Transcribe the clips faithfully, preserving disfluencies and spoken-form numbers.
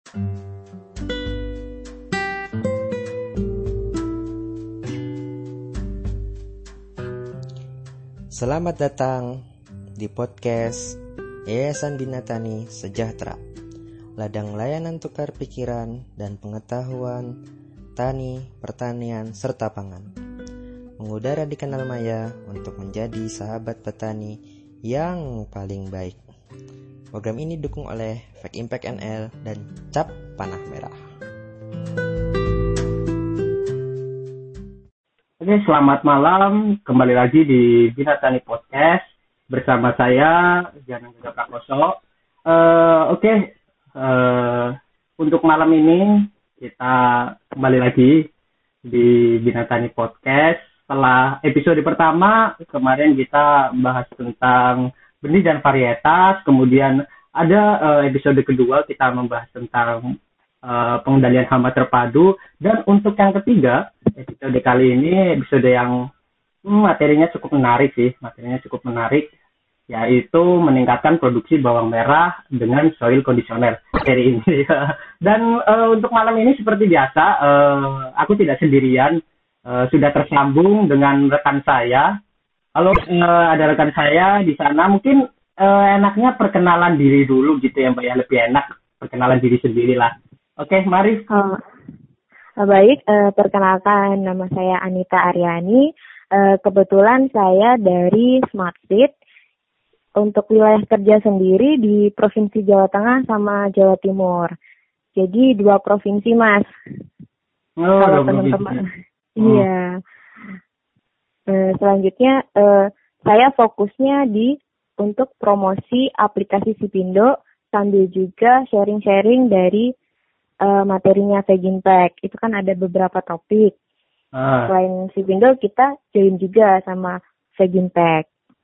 Selamat datang di podcast Yayasan Bina Tani Sejahtera, ladang layanan tukar pikiran dan pengetahuan tani, pertanian, serta pangan. Mengudara di kanal Maya untuk menjadi sahabat petani yang paling baik. Program ini didukung oleh Fake Impact N L dan Cap Panah Merah. Oke, selamat malam. Kembali lagi di Bina Tani Podcast bersama saya Janang Gada Prakoso. Uh, Oke, okay. uh, untuk malam ini kita kembali lagi di Bina Tani Podcast. Setelah episode pertama kemarin kita bahas tentang benih dan varietas, kemudian ada uh, episode kedua kita membahas tentang uh, pengendalian hama terpadu, dan untuk yang ketiga episode kali ini episode yang hmm, materinya cukup menarik sih, materinya cukup menarik, yaitu meningkatkan produksi bawang merah dengan soil conditioner seri ini. Dan uh, untuk malam ini seperti biasa, uh, aku tidak sendirian, uh, sudah tersambung dengan rekan saya. Kalau uh, ada rekan saya di sana, mungkin uh, enaknya perkenalan diri dulu gitu ya Mbak ya, lebih enak perkenalan diri sendiri lah. Oke, mari. Oh. Baik, eh, perkenalkan nama saya Anita Aryani. Eh, kebetulan saya dari Smart Seed. Untuk wilayah kerja sendiri di Provinsi Jawa Tengah sama Jawa Timur. Jadi dua provinsi, Mas. Oh, kalau teman-teman. Oh. Iya. Eh, selanjutnya eh, saya fokusnya di untuk promosi aplikasi Sipindo sambil juga sharing-sharing dari Uh, materinya Fake Impact. Itu kan ada beberapa topik. Ah. Selain Sipindo, kita join juga sama Fake Impact.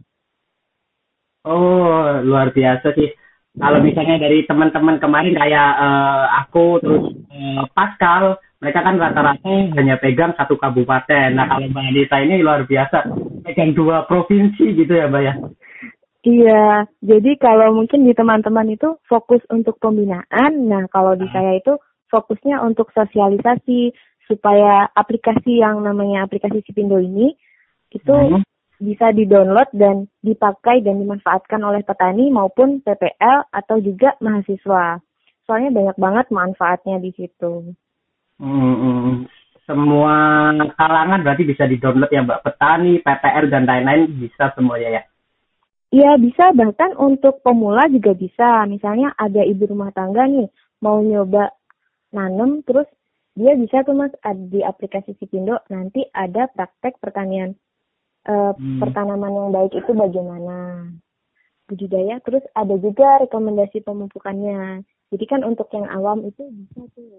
Oh, luar biasa sih. Kalau misalnya dari teman-teman kemarin kayak uh, aku, terus uh, Pascal, mereka kan rata-rata hanya pegang satu kabupaten. Nah, kalau Mbak Anita ini luar biasa, pegang dua provinsi gitu ya, Mbak ya? Iya, jadi kalau mungkin di teman-teman itu fokus untuk pembinaan, nah kalau di saya itu fokusnya untuk sosialisasi supaya aplikasi yang namanya aplikasi Sipindo ini itu hmm. bisa di-download dan dipakai dan dimanfaatkan oleh petani maupun P P L atau juga mahasiswa. Soalnya banyak banget manfaatnya di situ. Hmm, semua kalangan berarti bisa di-download ya Mbak, petani, P P L dan lain-lain bisa semuanya ya? Iya bisa, bahkan untuk pemula juga bisa. Misalnya ada ibu rumah tangga nih, mau nyoba nanam, terus dia bisa tuh Mas di aplikasi Sipindo, nanti ada praktek pertanian, uh, hmm. pertanaman yang baik itu bagaimana, budidaya, terus ada juga rekomendasi pemupukannya. Jadi kan untuk yang awam itu bisa tuh.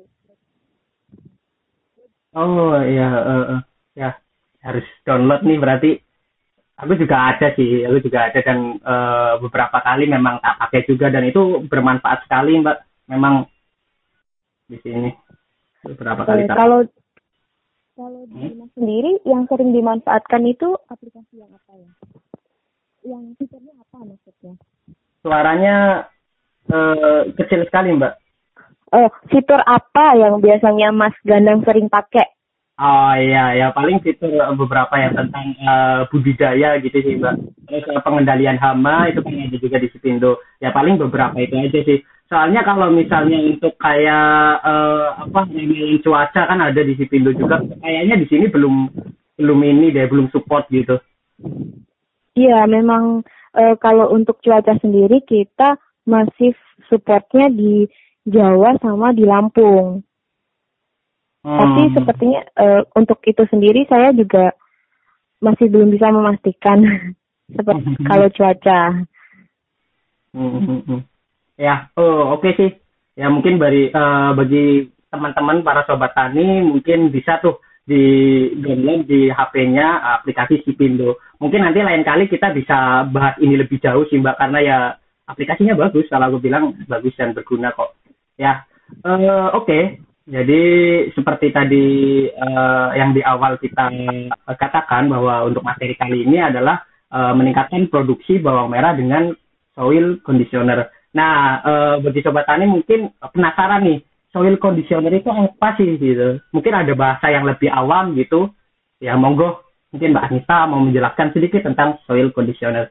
Oh iya, uh, uh, ya harus download nih berarti. Aku juga ada sih, aku juga ada dan uh, beberapa kali memang tak pakai juga dan itu bermanfaat sekali Mbak. Memang di sini beberapa kali. tak. Kalau kalau di rumah hmm? sendiri yang sering dimanfaatkan itu aplikasi yang apa ya? Yang fiturnya apa maksudnya? Suaranya uh, kecil sekali Mbak. Oh, fitur apa yang biasanya Mas Gandang sering pakai? Oh iya, ya paling fitur beberapa yang tentang uh, budidaya gitu sih Mbak. Terus uh, pengendalian hama itu kan ada juga di Sipindo. Ya paling beberapa itu aja sih. Soalnya kalau misalnya untuk kayak uh, apa namanya cuaca kan ada di Sipindo juga. Kayaknya di sini belum belum ini deh, belum support gitu. Iya, memang uh, kalau untuk cuaca sendiri kita masih supportnya di Jawa sama di Lampung. Hmm. Tapi sepertinya uh, untuk itu sendiri saya juga masih belum bisa memastikan seperti hmm. kalau cuaca. Hmm. Ya, oh oke okay sih. Ya mungkin bagi uh, bagi teman-teman para sobat tani mungkin bisa tuh di download di H P-nya aplikasi Sipindo. Mungkin nanti lain kali kita bisa bahas ini lebih jauh sih Mbak, karena ya aplikasinya bagus. Kalau aku bilang bagus dan berguna kok. Ya, uh, oke. Okay. Jadi seperti tadi uh, yang di awal kita uh, katakan bahwa untuk materi kali ini adalah uh, meningkatkan produksi bawang merah dengan soil conditioner. Nah, uh, bagi sobat tani mungkin penasaran nih, soil conditioner itu apa sih gitu? Mungkin ada bahasa yang lebih awam gitu. Ya monggo, mungkin Mbak Anita mau menjelaskan sedikit tentang soil conditioner.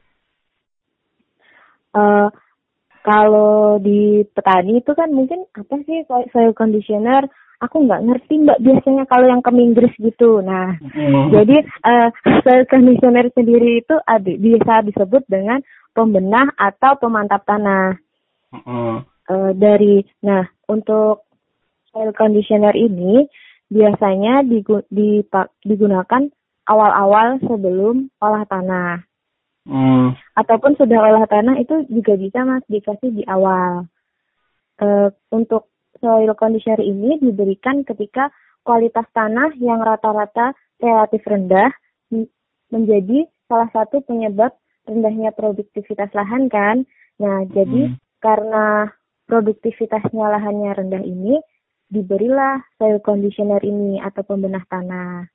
Uh, kalau di petani itu kan mungkin apa sih soil conditioner? Aku nggak ngerti Mbak, biasanya kalau yang ke Inggris gitu. Nah, hmm. jadi uh, soil conditioner sendiri itu ada, bisa disebut dengan pembenah atau pemantap tanah. Hmm. Uh, dari, nah untuk soil conditioner ini biasanya digu, dipak, digunakan awal-awal sebelum olah tanah. Hmm. Ataupun sudah olah tanah itu juga bisa Mas dikasih di awal. Uh, untuk soil conditioner ini diberikan ketika kualitas tanah yang rata-rata relatif rendah menjadi salah satu penyebab rendahnya produktivitas lahan kan. Nah, hmm. jadi karena produktivitasnya lahannya rendah ini, diberilah soil conditioner ini atau pembenah tanah.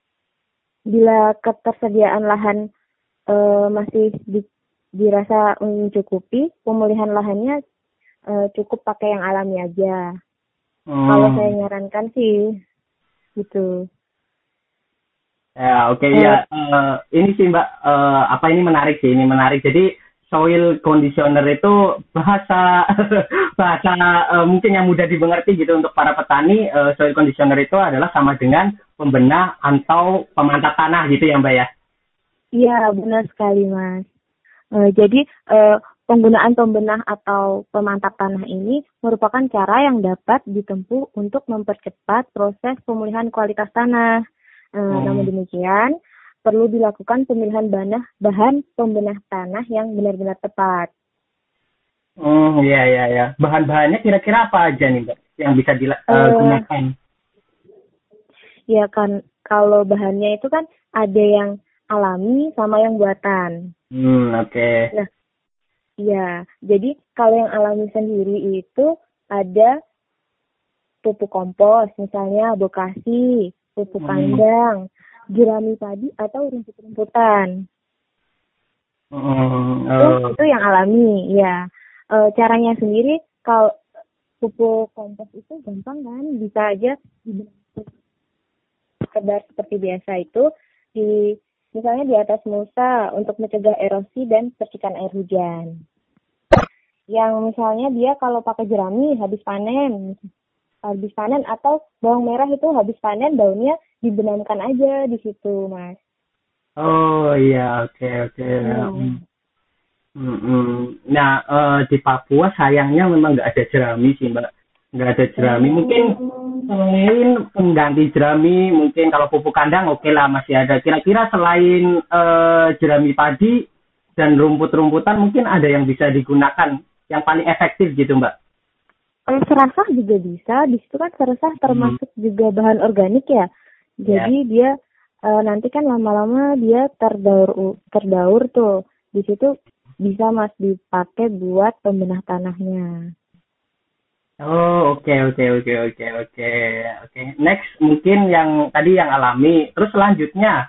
Bila ketersediaan lahan e, masih di, dirasa mencukupi, pemulihan lahannya e, cukup pakai yang alami aja. Hmm. Kalau saya nyarankan sih, gitu. Ya, oke okay, uh, ya. Uh, ini sih Mbak, uh, apa ini menarik sih, ini menarik. Jadi soil conditioner itu bahasa bahasa uh, mungkin yang mudah dimengerti gitu untuk para petani. Uh, soil conditioner itu adalah sama dengan pembenah atau pemantap tanah gitu ya Mbak ya? Iya, benar sekali Mas. Uh, jadi uh, penggunaan pembenah atau pemantap tanah ini merupakan cara yang dapat ditempuh untuk mempercepat proses pemulihan kualitas tanah. Uh, hmm. Namun demikian, perlu dilakukan pemilihan bahan, bahan pembenah tanah yang benar-benar tepat. Hmm, iya, iya, iya. Bahan-bahannya kira-kira apa aja nih, Mbak, yang bisa digunakan? Uh, ya kan, kalau bahannya itu kan ada yang alami sama yang buatan. Hmm, oke. Okay. Nah, iya, jadi kalau yang alami sendiri itu ada pupuk kompos, misalnya bokasi, pupuk hmm. kandang, jerami padi atau rumput-rumputan. Hmm. Itu, oh. itu yang alami, ya. E, caranya sendiri, kalau pupuk kompos itu gampang kan, bisa aja dibentuk sekedar seperti biasa itu, di misalnya di atas mulsa untuk mencegah erosi dan percikan air hujan. Yang misalnya dia kalau pakai jerami habis panen, habis panen atau bawang merah itu habis panen daunnya dibenamkan aja di situ, Mas. Oh iya, oke okay, oke. Okay. Hmm. Hmm. Nah uh, di Papua sayangnya memang nggak ada jerami sih Mbak, nggak ada jerami. Hmm. Mungkin selain pengganti jerami, mungkin kalau pupuk kandang oke okay lah masih ada. Kira-kira selain uh, jerami padi dan rumput-rumputan mungkin ada yang bisa digunakan yang paling efektif gitu Mbak? Eh, serasah juga bisa. Di situ kan serasah termasuk hmm. juga bahan organik ya. Jadi yeah. dia uh, nanti kan lama-lama dia terdaur terdaur tuh. Di situ bisa Mas dipakai buat pembenah tanahnya. Oh, oke, okay, oke, okay, oke, okay, oke, oke, oke. Next, mungkin yang tadi yang alami. Terus selanjutnya?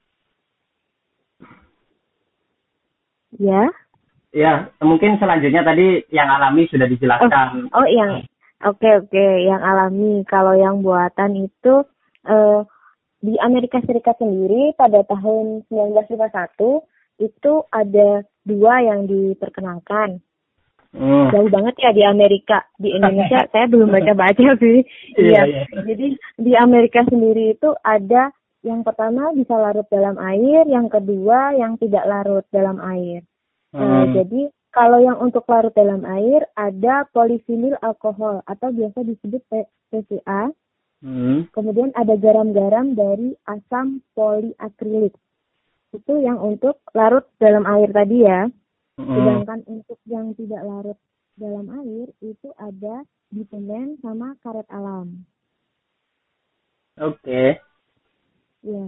Ya. Ya, mungkin selanjutnya tadi yang alami sudah dijelaskan. Oh, oh yang, oke, okay, oke, okay. Yang alami. Kalau yang buatan itu uh, di Amerika Serikat sendiri pada tahun sembilan belas lima puluh satu itu ada dua yang diperkenalkan. Hmm. Jauh banget ya di Amerika. Di Indonesia saya belum baca-baca sih. Iya. yeah, yeah. Jadi di Amerika sendiri itu ada yang pertama bisa larut dalam air, yang kedua yang tidak larut dalam air. Hmm. Nah, jadi kalau yang untuk larut dalam air ada polivinil alkohol atau biasa disebut P C A. Hmm. Kemudian ada garam-garam dari asam poliakrilik. Itu yang untuk larut dalam air tadi ya. Sedangkan hmm. untuk yang tidak larut dalam air itu ada bitumen sama karet alam. Oke. Okay. Ya.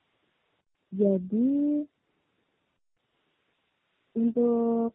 Jadi untuk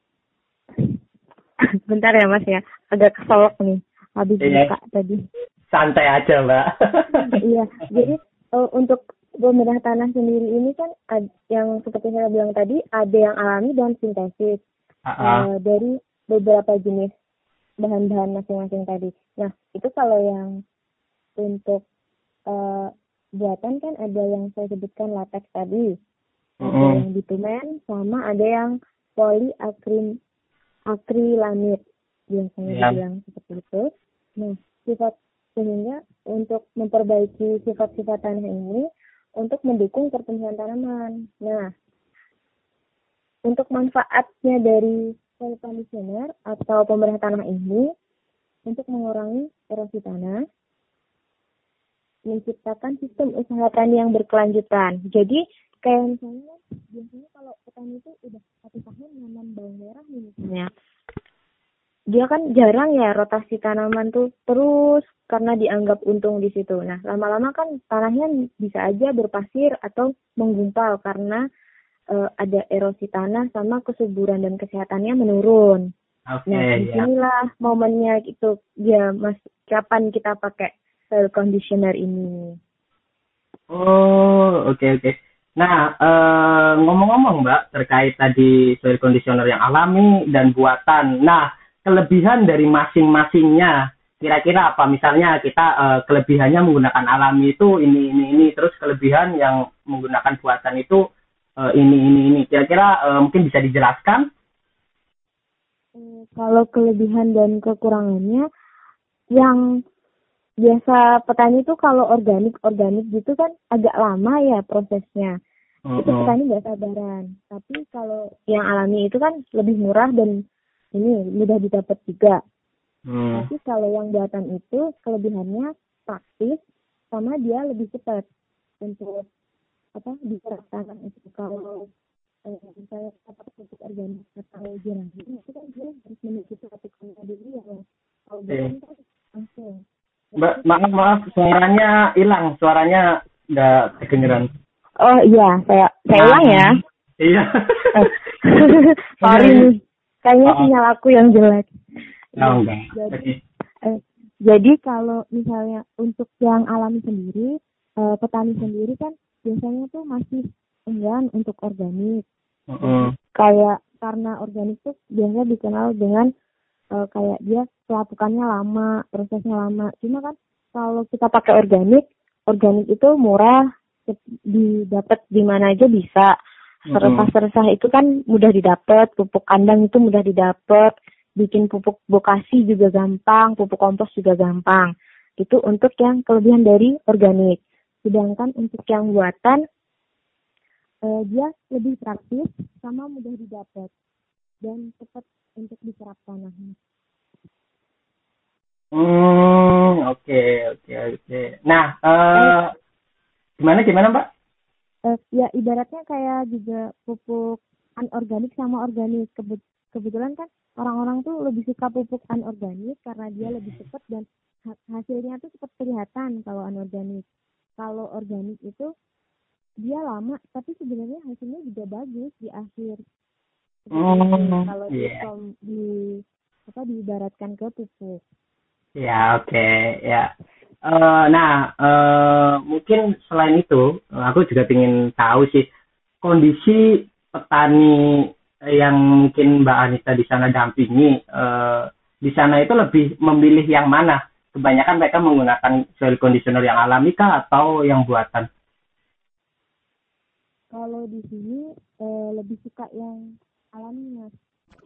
bentar ya Mas ya, agak keselak nih habis yeah. buka tadi. Santai aja Mbak. Iya. Jadi uh, untuk pembenah tanah sendiri ini kan ad, yang seperti saya bilang tadi ada yang alami dan sintesis uh-uh. uh, dari beberapa jenis bahan-bahan masing-masing tadi. Nah, itu kalau yang untuk uh, buatan kan ada yang saya sebutkan latex tadi, ada Mm-hmm. yang bitumen, sama ada yang polyakrim akrilamid biasanya Ya. dibilang seperti itu. Nah, sifat sehingga untuk memperbaiki sifat-sifat tanah ini untuk mendukung pertumbuhan tanaman. Nah, untuk manfaatnya dari soil conditioner atau pembedah tanah ini untuk mengurangi erosi tanah, menciptakan sistem usaha tani yang berkelanjutan. Jadi kayak misalnya biasanya kalau petani itu udah satu tahun nanam bawang merah nih misalnya, dia kan jarang ya rotasi tanaman tuh terus karena dianggap untung di situ. Nah, lama-lama kan tanahnya bisa aja berpasir atau menggumpal karena uh, ada erosi tanah sama kesuburan dan kesehatannya menurun. Oke, Nah, ya. disinilah momennya gitu, ya mas, kapan kita pakai soil conditioner ini. Oh, oke oke. Nah, eh, ngomong-ngomong Mbak, terkait tadi soil conditioner yang alami dan buatan. Nah, kelebihan dari masing-masingnya, kira-kira apa? Misalnya kita eh, kelebihannya menggunakan alami itu ini ini ini, terus kelebihan yang menggunakan buatan itu eh, ini ini ini. Kira-kira eh, mungkin bisa dijelaskan? Hmm, kalau kelebihan dan kekurangannya, yang biasa petani itu kalau organik organik gitu kan agak lama ya prosesnya. Uh-uh. Itu petani nggak sabaran. Tapi kalau yang alami itu kan lebih murah dan ini mudah didapat juga. Hmm. Tapi kalau yang buatan itu kelebihannya praktis sama dia lebih cepat untuk apa diserap tanah itu. Kalau eh, misalnya dapat pupuk organik atau jerami itu kan dia harus memiliki suatu kondisi dulu yang kalau buatan kan langsung. Mbak, maaf maaf suaranya hilang, suaranya nggak kedengeran. Oh iya, saya saya Nah, ulang ya. Iya. Sorry nih, kayaknya Oh. sinyal aku yang jelek. Oh, enggak. Jadi, Oke. eh, jadi kalau misalnya untuk yang alami sendiri, eh, petani sendiri kan biasanya tuh masih enggan untuk organik. Uh-uh. Kayak karena organik tuh biasanya dikenal dengan uh, kayak dia pelapukannya lama, prosesnya lama. Cuma kan kalau kita pakai organik, organik itu murah, didapat di mana aja bisa. Seresah-seresah itu kan mudah didapat, pupuk kandang itu mudah didapat, bikin pupuk bokasi juga gampang, pupuk kompos juga gampang. Itu untuk yang kelebihan dari organik. Sedangkan untuk yang buatan, eh, dia lebih praktis sama mudah didapat dan cepat untuk diserap tanahnya. Hmm, oke oke oke. Nah, uh, gimana gimana Mbak? Uh, ya ibaratnya kayak juga pupuk anorganik sama organik. Kebet- kebetulan kan orang-orang tuh lebih suka pupuk anorganik karena dia lebih cepat dan hasilnya tuh cepat kelihatan kalau anorganik. Kalau organik itu dia lama tapi sebenarnya hasilnya juga bagus di akhir. Hmm, kalau yeah. di, di apa diibaratkan ke pupuk. Ya oke okay. ya. Uh, nah uh, mungkin selain itu aku juga ingin tahu sih kondisi petani yang mungkin Mbak Anita di sana dampingi uh, di sana itu lebih memilih yang mana? Kebanyakan mereka menggunakan soil conditioner yang alami kah atau yang buatan? Kalau di sini eh, lebih suka yang alami mas.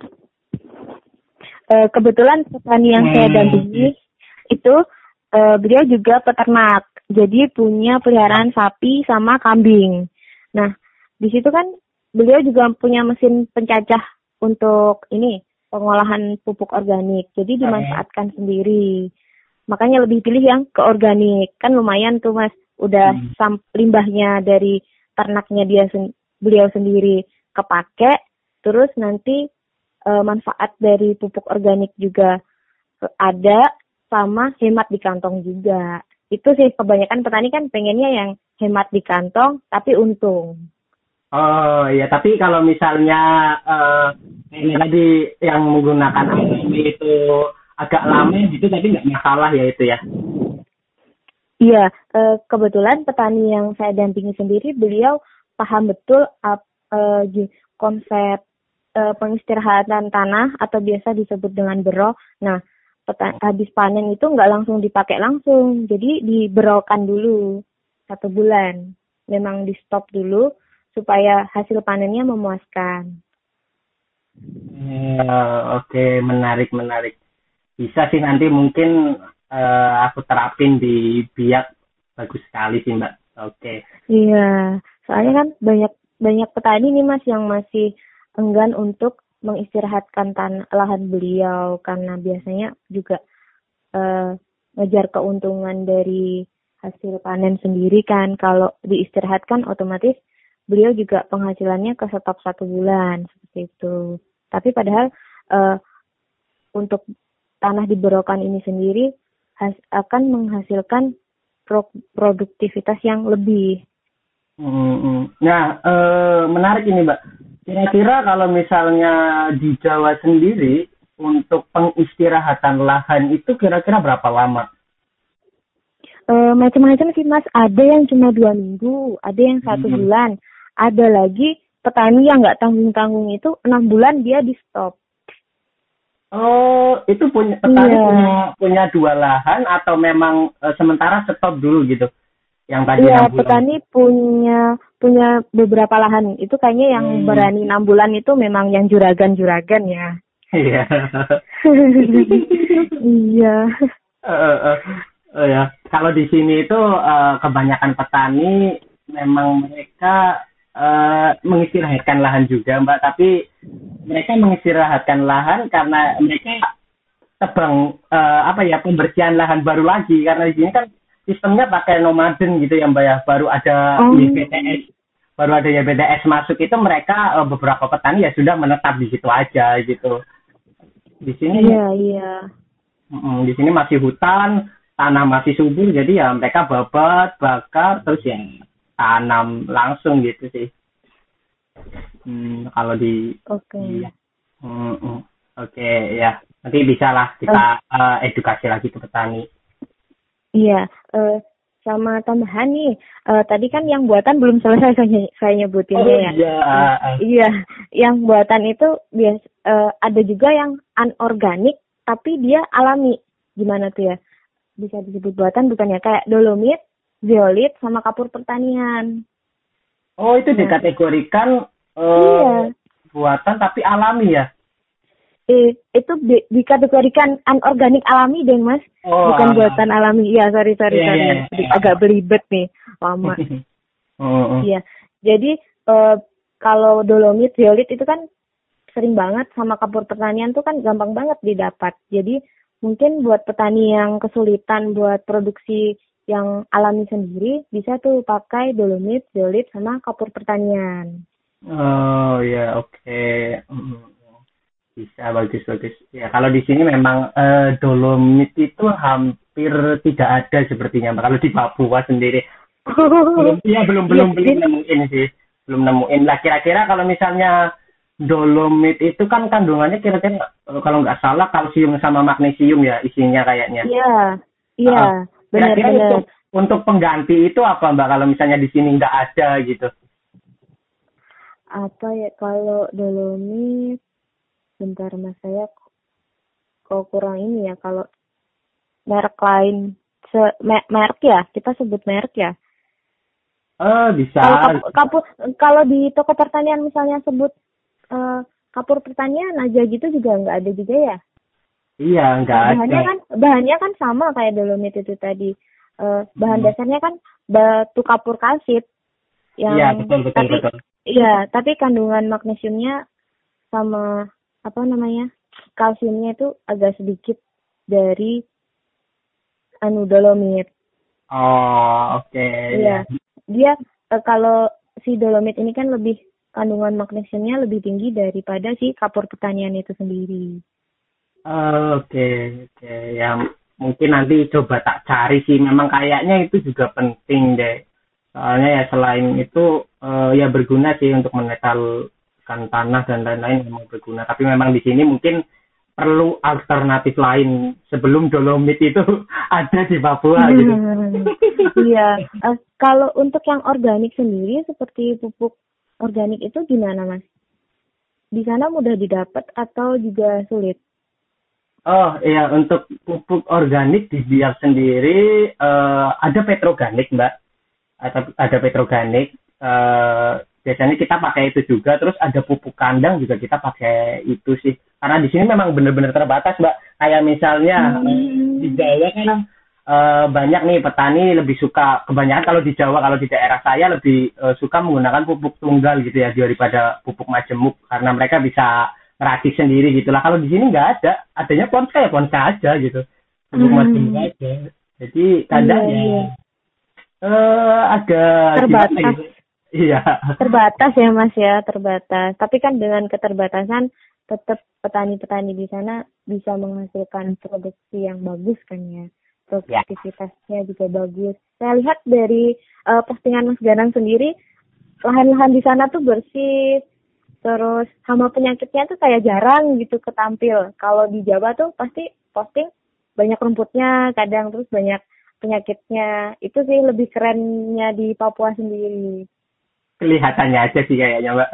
Eh, kebetulan petani yang hmm. saya dampingi itu eh, beliau juga peternak, jadi punya peliharaan sapi sama kambing. Nah di situ kan beliau juga punya mesin pencacah untuk ini pengolahan pupuk organik, jadi dimanfaatkan hmm. sendiri. Makanya lebih pilih yang ke organik, kan lumayan tuh mas, udah hmm. sam- limbahnya dari ternaknya dia sen- beliau sendiri kepake, terus nanti e, manfaat dari pupuk organik juga ada, sama hemat di kantong juga. Itu sih kebanyakan petani kan pengennya yang hemat di kantong tapi untung. Oh iya, tapi kalau misalnya uh, ini tadi yang menggunakan alami itu agak lama gitu, tapi nggak masalah ya itu ya? Iya, e, kebetulan petani yang saya dampingi sendiri, beliau paham betul ap, uh, konsep uh, pengistirahatan tanah atau biasa disebut dengan bero. Nah, peta- habis panen itu nggak langsung dipakai langsung, jadi diberaukan dulu satu bulan. Memang di stop dulu supaya hasil panennya memuaskan. Ya, oke, menarik menarik. Bisa sih nanti mungkin eh, aku terapin di biak, bagus sekali sih Mbak. Oke. Iya, soalnya kan banyak banyak petani nih Mas yang masih enggan untuk mengistirahatkan tanah lahan beliau karena biasanya juga eh, ngejar keuntungan dari hasil panen sendiri kan. Kalau diistirahatkan otomatis beliau juga penghasilannya ke stop satu bulan seperti itu. Tapi padahal eh, untuk tanah di Berokan ini sendiri has- akan menghasilkan pro- produktivitas yang lebih. Hmm, nah, eh, menarik ini Mbak. Kira-kira kalau misalnya di Jawa sendiri untuk pengistirahatan lahan itu kira-kira berapa lama? Eh, macam-macam sih Mas, ada yang cuma dua minggu, ada yang satu Hmm. bulan, ada lagi petani yang nggak tanggung-tanggung itu enam bulan dia di stop. Oh, itu punya petani Iya. punya punya dua lahan atau memang eh, sementara stop dulu gitu? Yang tadi Iya, enam bulan. petani punya punya beberapa lahan. Itu kayaknya yang Hmm. berani enam bulan itu memang yang juragan-juragan ya. Iya. Iya. Eh, eh, eh, eh, ya. Kalau di sini itu eh, kebanyakan petani memang mereka eh, mengistirahatkan lahan juga, Mbak. Tapi mereka mengistirahatkan lahan karena mereka tebang eh, apa ya pembersihan lahan baru lagi karena di sini kan sistemnya pakai nomaden gitu ya Mbak ya. Baru ada Oh. Y B T S, baru ada Y B T S masuk itu mereka eh, beberapa petani ya sudah menetap di situ aja gitu. Di sini Iya, iya. mm, di sini masih hutan, tanah masih subur, jadi ya mereka babat, bakar, terus ya tanam langsung gitu sih. Hmm, kalau di, Oke. iya. Mm, mm. Oke ya, nanti bisa lah kita eh, edukasi lagi ke petani. Iya, eh, sama tambahan nih, eh, tadi kan yang buatan belum selesai saya, saya nyebutinnya Oh ya. iya, ah, ah. Iya, yang buatan itu bias, eh, ada juga yang anorganik tapi dia alami. Gimana tuh ya? Bisa disebut buatan bukan ya? Kayak dolomit, zeolit, sama kapur pertanian. Oh itu Nah. dikategorikan eh, Iya. buatan tapi alami ya? Eh, itu di, dikategorikan anorganik alami deh Mas, Oh, bukan ah. buatan alami. Iya, sorry sorry Iya, sorry, iya, iya. agak belibet nih, lama. Oh, oh. Iya, jadi eh, kalau dolomit, zeolit itu kan sering banget sama kapur pertanian tuh kan gampang banget didapat. Jadi mungkin buat petani yang kesulitan buat produksi yang alami sendiri bisa tuh pakai dolomit, zeolit sama kapur pertanian. Oh ya, oke. Mm. Bisa, bagus bagus. Ya kalau di sini memang eh, dolomit itu hampir tidak ada sepertinya Mbak. Kalau di Papua sendiri belum, ya belum belum Iya, belum jadi- nemuin sih, belum nemuin lah. Kira-kira kalau misalnya dolomit itu kan kandungannya kira-kira eh, kalau nggak salah kalsium sama magnesium ya isinya kayaknya. Iya, iya, Ah, kira-kira benar-benar. untuk untuk pengganti itu apa Mbak kalau misalnya di sini nggak ada gitu? Apa ya kalau dolomit, bentar Mas, saya kok kurang ini ya kalau merek lain, se me- merek ya, kita sebut merek ya. Eh bisa. Kalau kap- kapur kalau di toko pertanian misalnya sebut eh, kapur pertanian aja gitu juga nggak ada juga ya. Iya nggak ada. Bahannya kan bahannya kan sama kayak dolomit itu tadi. Eh, bahan Hmm. dasarnya kan batu kapur kalsit yang Iya betul betul tapi betul. iya, tapi kandungan magnesiumnya sama apa namanya? Kalsiumnya itu agak sedikit dari anu dolomit. Oh oke. Iya. Dia eh, kalau si dolomit ini kan lebih kandungan magnesiumnya lebih tinggi daripada si kapur pertanian itu sendiri. Oh, oke oke ya mungkin nanti coba tak cari sih. Memang kayaknya itu juga penting deh. Soalnya ya selain itu eh, ya berguna sih untuk menetralkan tanah dan lain-lain memang berguna. Tapi memang di sini mungkin perlu alternatif lain sebelum dolomit itu ada di Papua gitu. Iya. Eh, kalau untuk yang organik sendiri seperti pupuk organik itu gimana Mas? Di sana mudah didapat atau juga sulit? Oh iya, untuk pupuk organik di Biak sendiri eh, ada petroganik Mbak, ada, ada petroganik. Eh, biasanya kita pakai itu juga. Terus ada pupuk kandang juga kita pakai itu sih. Karena di sini memang benar-benar terbatas Mbak. Kayak misalnya eh, di Hmm. Jawa kan eh, banyak nih petani lebih suka, kebanyakan kalau di Jawa, kalau di daerah saya lebih eh, suka menggunakan pupuk tunggal gitu ya daripada pupuk majemuk karena mereka bisa ngeracik sendiri gitulah. Kalau di sini nggak ada, adanya ponska ya ponska aja gitu, pupuk majemuk Hmm. aja. Jadi Iya, kadang ya iya. eh agak gimana Terbatas. gitu. Iya. Terbatas ya Mas ya, terbatas. Tapi kan dengan keterbatasan tetap petani-petani di sana bisa menghasilkan produksi yang bagus kan ya. Ya. Produktivitasnya juga bagus. Saya lihat dari eh, postingan Mas Ganang sendiri, lahan-lahan di sana tuh bersih. Terus hama penyakitnya tuh kayak jarang gitu ketampil. Kalau di Jawa tuh pasti posting banyak rumputnya, kadang terus banyak penyakitnya. Itu sih lebih kerennya di Papua sendiri. Kelihatannya aja sih kayaknya Mbak.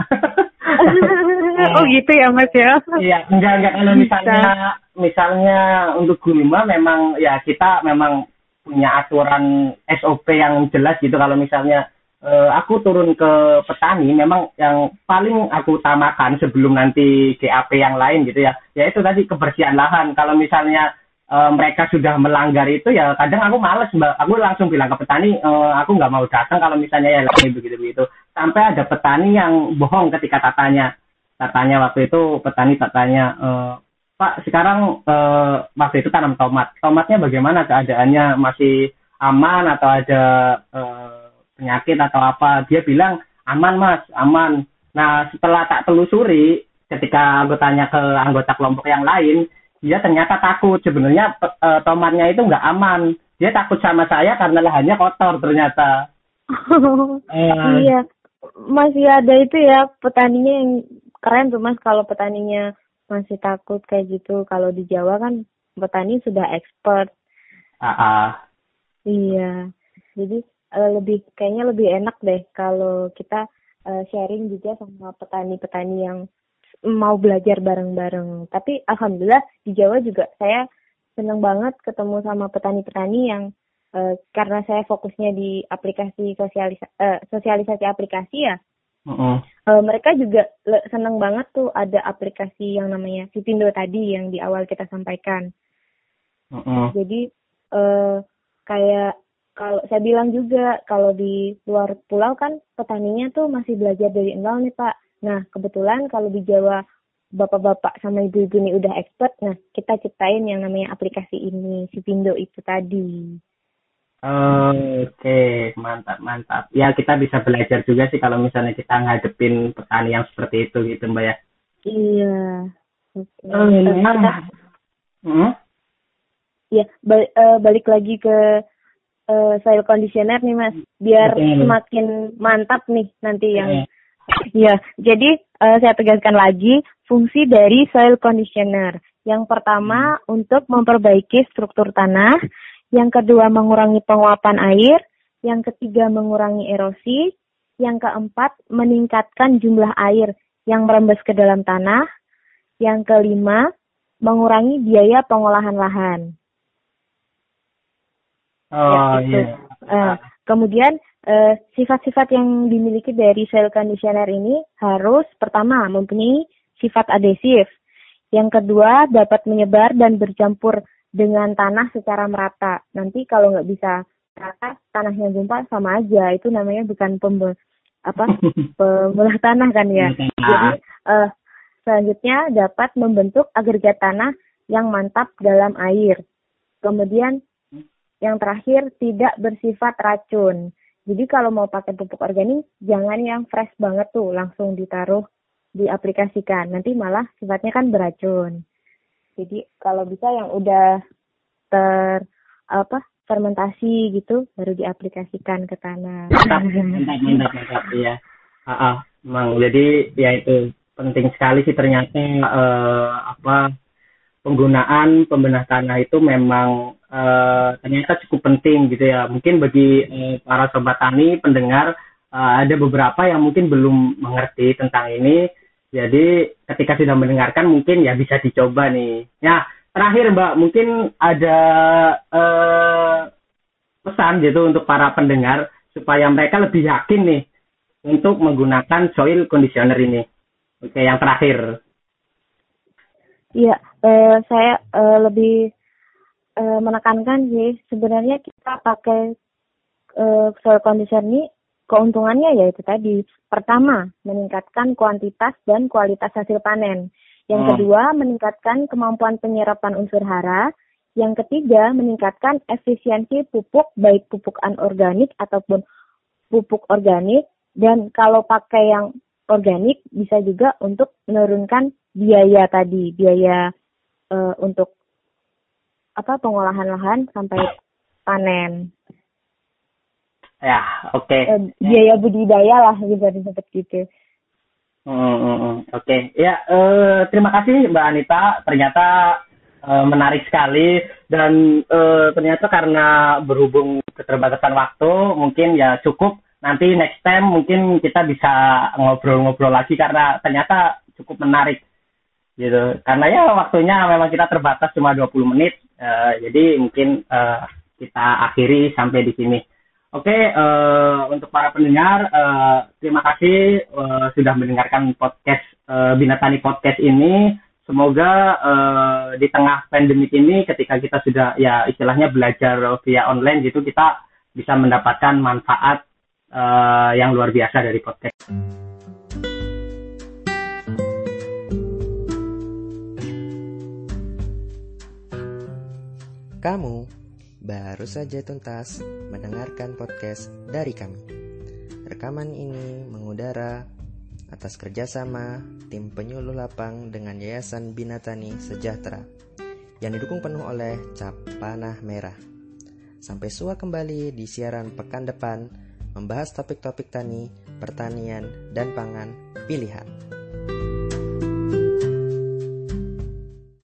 Oh Eh, gitu ya Mas ya. Iya, enggak enggak kalau Bisa. misalnya misalnya untuk gulma memang ya kita memang punya aturan S O P yang jelas gitu. Kalau misalnya eh, aku turun ke petani memang yang paling aku utamakan sebelum nanti G A P yang lain gitu ya, yaitu tadi kebersihan lahan. Kalau misalnya eh, mereka sudah melanggar itu ya kadang aku males Mbak. Aku langsung bilang ke petani eh, aku nggak mau datang kalau misalnya ya begitu begitu. Sampai ada petani yang bohong ketika tatanya katanya waktu itu petani katanya eh, Pak sekarang eh, waktu itu tanam tomat tomatnya bagaimana keadaannya masih aman atau ada eh, penyakit atau apa dia bilang aman mas aman. Nah setelah tak telusuri ketika aku tanya ke anggota kelompok yang lain dia ternyata takut sebenarnya eh, tomatnya itu nggak aman dia takut sama saya karena lahannya kotor ternyata. eh, Iya, masih ada itu ya petaninya yang keren tuh Mas kalau petaninya masih takut kayak gitu. Kalau di Jawa kan petani sudah expert. ah, ah. Iya. Jadi eh, lebih kayaknya lebih enak deh kalau kita eh, sharing juga sama petani-petani yang mau belajar bareng-bareng. Tapi alhamdulillah di Jawa juga saya senang banget ketemu sama petani-petani yang eh, karena saya fokusnya di aplikasi sosialisa, eh, sosialisasi aplikasi ya. Mm-mm. Eh, mereka juga le- senang banget tuh ada aplikasi yang namanya Sipindo tadi yang di awal kita sampaikan. Mm-mm. Jadi eh, kayak kalau saya bilang juga kalau di luar pulau kan petaninya tuh masih belajar dari nol nih Pak. Nah kebetulan kalau di Jawa bapak-bapak sama ibu-ibu ini udah expert, nah kita ciptain yang namanya aplikasi ini Sipindo itu tadi. Oke, mantap, mantap. Ya, kita bisa belajar juga sih kalau misalnya kita ngadepin petani yang seperti itu gitu, Mbak ya. Iya. Oke. Eh, Eh, kita nah, hmm? ya balik, eh, balik lagi ke eh, soil conditioner nih Mas, biar Betul. semakin mantap nih nanti yang Eh, ya. Jadi eh, saya tegaskan lagi fungsi dari soil conditioner. Yang pertama untuk memperbaiki struktur tanah, yang kedua mengurangi penguapan air, yang ketiga mengurangi erosi, yang keempat meningkatkan jumlah air yang merembes ke dalam tanah, yang kelima mengurangi biaya pengolahan lahan. Ya, oh itu. iya. Eh, kemudian eh, sifat-sifat yang dimiliki dari soil conditioner ini harus pertama mempunyai sifat adhesif. Yang kedua dapat menyebar dan bercampur dengan tanah secara merata. Nanti kalau nggak bisa rata, tanahnya gumpal sama aja. Itu namanya bukan pembe apa pembelah tanah kan ya. Jadi eh, selanjutnya dapat membentuk agregat tanah yang mantap dalam air. Kemudian yang terakhir, tidak bersifat racun. Jadi kalau mau pakai pupuk organik, jangan yang fresh banget tuh, langsung ditaruh, diaplikasikan. Nanti malah sifatnya kan beracun. Jadi kalau bisa yang udah ter apa fermentasi gitu, baru diaplikasikan ke tanah. Mantap, mantap, mantap, mantap. Iya. Ah, ah. Emang jadi ya itu penting sekali sih ternyata eh, apa penggunaan pembenah tanah itu memang eh, ternyata cukup penting gitu ya. Mungkin bagi eh, para sobat tani pendengar eh, ada beberapa yang mungkin belum mengerti tentang ini. Jadi ketika sudah mendengarkan mungkin ya bisa dicoba nih. Ya, terakhir Mbak, mungkin ada eh, pesan gitu untuk para pendengar supaya mereka lebih yakin nih untuk menggunakan soil conditioner ini. Oke, yang terakhir. Iya, eh, saya eh, lebih eh, menekankan sih sebenarnya kita pakai eh, soil conditioner ini keuntungannya yaitu tadi pertama meningkatkan kuantitas dan kualitas hasil panen. Yang Hmm. kedua meningkatkan kemampuan penyerapan unsur hara. Yang ketiga meningkatkan efisiensi pupuk baik pupuk anorganik ataupun pupuk organik. Dan kalau pakai yang organik bisa juga untuk menurunkan biaya tadi, biaya uh, untuk apa pengolahan lahan sampai panen. Ya, oke. Okay. Uh, biaya budidaya lah bisa disebut gitu. Hmm, hmm, hmm. Oke, okay. Ya uh, terima kasih Mbak Anita. Ternyata uh, menarik sekali dan uh, ternyata karena berhubung keterbatasan waktu, mungkin ya cukup. Nanti next time mungkin kita bisa ngobrol-ngobrol lagi karena ternyata cukup menarik gitu. Karena ya waktunya memang kita terbatas cuma dua puluh menit. Uh, jadi mungkin uh, kita akhiri sampai di sini. Oke, uh, untuk para pendengar, uh, terima kasih uh, sudah mendengarkan podcast uh, Binatani Podcast ini. Semoga uh, di tengah pandemik ini ketika kita sudah ya istilahnya belajar via online gitu, kita bisa mendapatkan manfaat Uh, yang luar biasa dari podcast. Kamu baru saja tuntas mendengarkan podcast dari kami. Rekaman ini mengudara atas kerjasama tim penyuluh lapang dengan Yayasan Binatani Sejahtera yang didukung penuh oleh Cap Panah Merah. Sampai sua kembali di siaran pekan depan membahas topik-topik tani, pertanian, dan pangan pilihan.